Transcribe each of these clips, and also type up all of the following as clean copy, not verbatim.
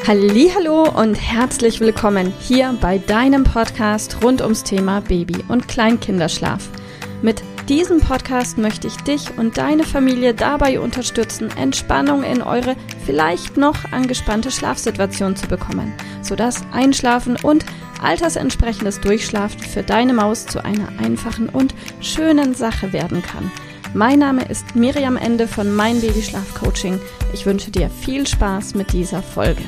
Hallihallo und herzlich willkommen hier bei deinem Podcast rund ums Thema Baby- und Kleinkinderschlaf. Mit diesem Podcast möchte ich dich und deine Familie dabei unterstützen, Entspannung in eure vielleicht noch angespannte Schlafsituation zu bekommen, sodass Einschlafen und altersentsprechendes Durchschlafen für deine Maus zu einer einfachen und schönen Sache werden kann. Mein Name ist Miriam Ende von Mein Babyschlaf Coaching. Ich wünsche dir viel Spaß mit dieser Folge.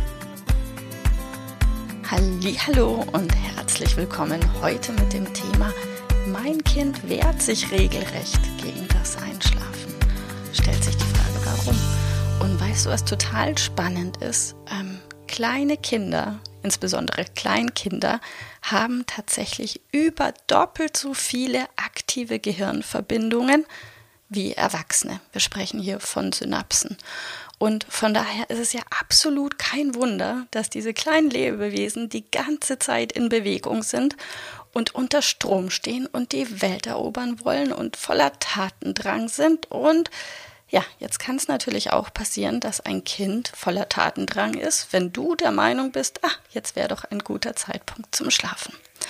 Hallihallo und herzlich willkommen heute mit dem Thema Mein Kind wehrt sich regelrecht gegen das Einschlafen. Stellt sich die Frage, warum? Und weißt du, was total spannend ist? Kleine Kinder, insbesondere Kleinkinder, haben tatsächlich über doppelt so viele aktive Gehirnverbindungen wie Erwachsene. Wir sprechen hier von Synapsen. Und von daher ist es ja absolut kein Wunder, dass diese kleinen Lebewesen die ganze Zeit in Bewegung sind und unter Strom stehen und die Welt erobern wollen und voller Tatendrang sind. Und ja, jetzt kann es natürlich auch passieren, dass ein Kind voller Tatendrang ist, wenn du der Meinung bist, jetzt wäre doch ein guter Zeitpunkt zum Schlafen.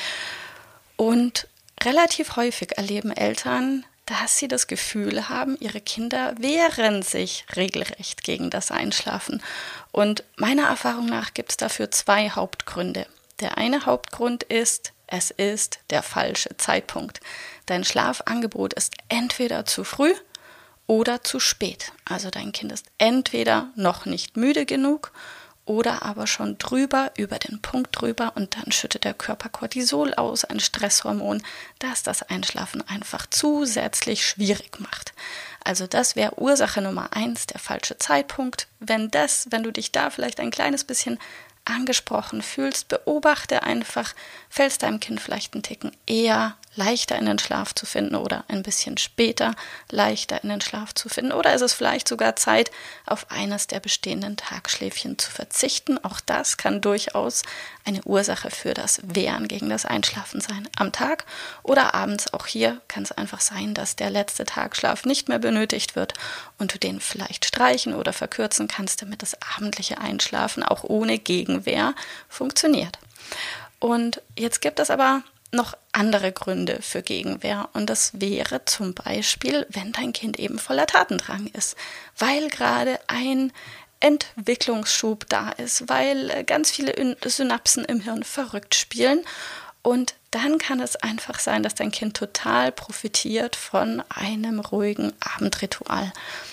Und relativ häufig erleben Eltern, dass sie das Gefühl haben, ihre Kinder wehren sich regelrecht gegen das Einschlafen. Und meiner Erfahrung nach gibt es dafür zwei Hauptgründe. Der eine Hauptgrund ist, es ist der falsche Zeitpunkt. Dein Schlafangebot ist entweder zu früh oder zu spät. Also dein Kind ist entweder noch nicht müde genug oder aber schon drüber, über den Punkt drüber, und dann schüttet der Körper Cortisol aus, ein Stresshormon, das das Einschlafen einfach zusätzlich schwierig macht. Also das wäre Ursache Nummer 1, der falsche Zeitpunkt. Wenn du dich da vielleicht ein kleines bisschen angesprochen fühlst, beobachte einfach, fällt es deinem Kind vielleicht einen Ticken eher leichter in den Schlaf zu finden oder ein bisschen später leichter in den Schlaf zu finden, oder ist es vielleicht sogar Zeit, auf eines der bestehenden Tagschläfchen zu verzichten. Auch das kann durchaus eine Ursache für das Wehren gegen das Einschlafen sein am Tag oder abends. Auch hier kann es einfach sein, dass der letzte Tagschlaf nicht mehr benötigt wird und du den vielleicht streichen oder verkürzen kannst, damit das abendliche Einschlafen auch ohne Gegenwehr funktioniert. Und jetzt gibt es aber noch andere Gründe für Gegenwehr, und das wäre zum Beispiel, wenn dein Kind eben voller Tatendrang ist, weil gerade ein Entwicklungsschub da ist, weil ganz viele Synapsen im Hirn verrückt spielen, und dann kann es einfach sein, dass dein Kind total profitiert von einem ruhigen Abendritual.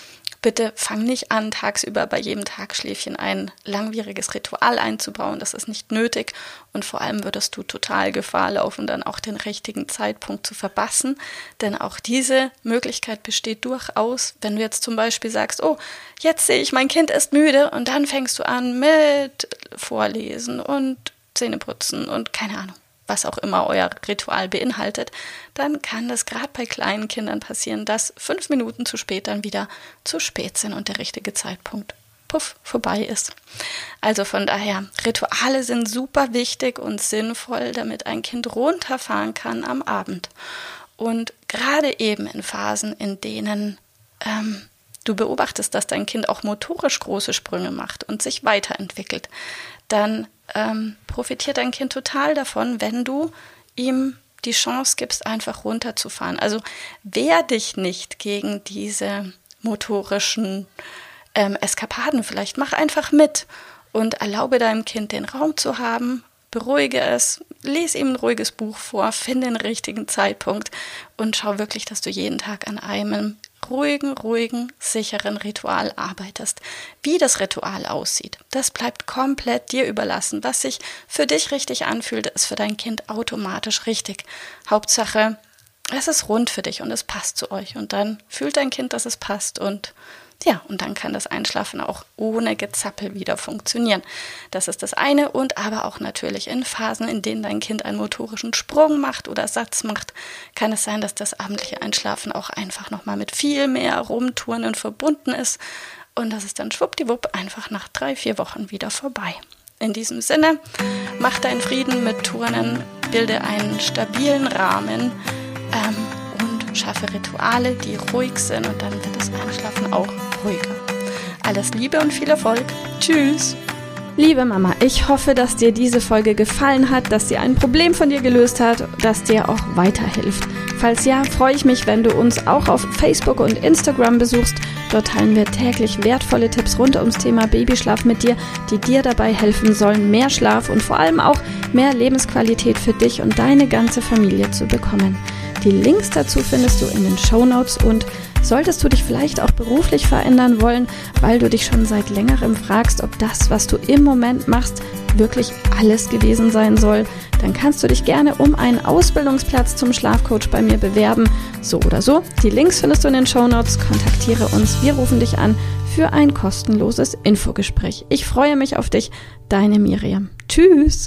Bitte fang nicht an, tagsüber bei jedem Tagschläfchen ein langwieriges Ritual einzubauen. Das ist nicht nötig, und vor allem würdest du total Gefahr laufen, dann auch den richtigen Zeitpunkt zu verpassen. Denn auch diese Möglichkeit besteht durchaus, wenn du jetzt zum Beispiel sagst, jetzt sehe ich, mein Kind ist müde, und dann fängst du an mit Vorlesen und Zähneputzen und keine Ahnung, was auch immer euer Ritual beinhaltet, dann kann das gerade bei kleinen Kindern passieren, dass 5 Minuten zu spät dann wieder zu spät sind und der richtige Zeitpunkt vorbei ist. Also von daher, Rituale sind super wichtig und sinnvoll, damit ein Kind runterfahren kann am Abend. Und gerade eben in Phasen, in denen du beobachtest, dass dein Kind auch motorisch große Sprünge macht und sich weiterentwickelt, dann profitiert dein Kind total davon, wenn du ihm die Chance gibst, einfach runterzufahren. Also wehr dich nicht gegen diese motorischen Eskapaden vielleicht. Mach einfach mit und erlaube deinem Kind den Raum zu haben, beruhige es, lese ihm ein ruhiges Buch vor, finde den richtigen Zeitpunkt und schau wirklich, dass du jeden Tag an einem ruhigen, sicheren Ritual arbeitest. Wie das Ritual aussieht, das bleibt komplett dir überlassen. Was sich für dich richtig anfühlt, ist für dein Kind automatisch richtig. Hauptsache, es ist rund für dich und es passt zu euch. Und dann fühlt dein Kind, dass es passt, und dann kann das Einschlafen auch ohne Gezappel wieder funktionieren. Das ist das eine, und aber auch natürlich in Phasen, in denen dein Kind einen motorischen Sprung macht oder Satz macht, kann es sein, dass das abendliche Einschlafen auch einfach nochmal mit viel mehr Rumturnen verbunden ist, und das ist dann schwuppdiwupp einfach nach 3-4 Wochen wieder vorbei. In diesem Sinne, mach deinen Frieden mit Turnen, bilde einen stabilen Rahmen und schaffe Rituale, die ruhig sind, und dann wird das Einschlafen auch ruhiger. Alles Liebe und viel Erfolg. Tschüss! Liebe Mama, ich hoffe, dass dir diese Folge gefallen hat, dass sie ein Problem von dir gelöst hat, dass dir auch weiterhilft. Falls ja, freue ich mich, wenn du uns auch auf Facebook und Instagram besuchst. Dort teilen wir täglich wertvolle Tipps rund ums Thema Babyschlaf mit dir, die dir dabei helfen sollen, mehr Schlaf und vor allem auch mehr Lebensqualität für dich und deine ganze Familie zu bekommen. Die Links dazu findest du in den Shownotes und solltest du dich vielleicht auch beruflich verändern wollen, weil du dich schon seit längerem fragst, ob das, was du im Moment machst, wirklich alles gewesen sein soll, dann kannst du dich gerne um einen Ausbildungsplatz zum Schlafcoach bei mir bewerben. So oder so, die Links findest du in den Shownotes. Kontaktiere uns, wir rufen dich an für ein kostenloses Infogespräch. Ich freue mich auf dich, deine Miriam. Tschüss!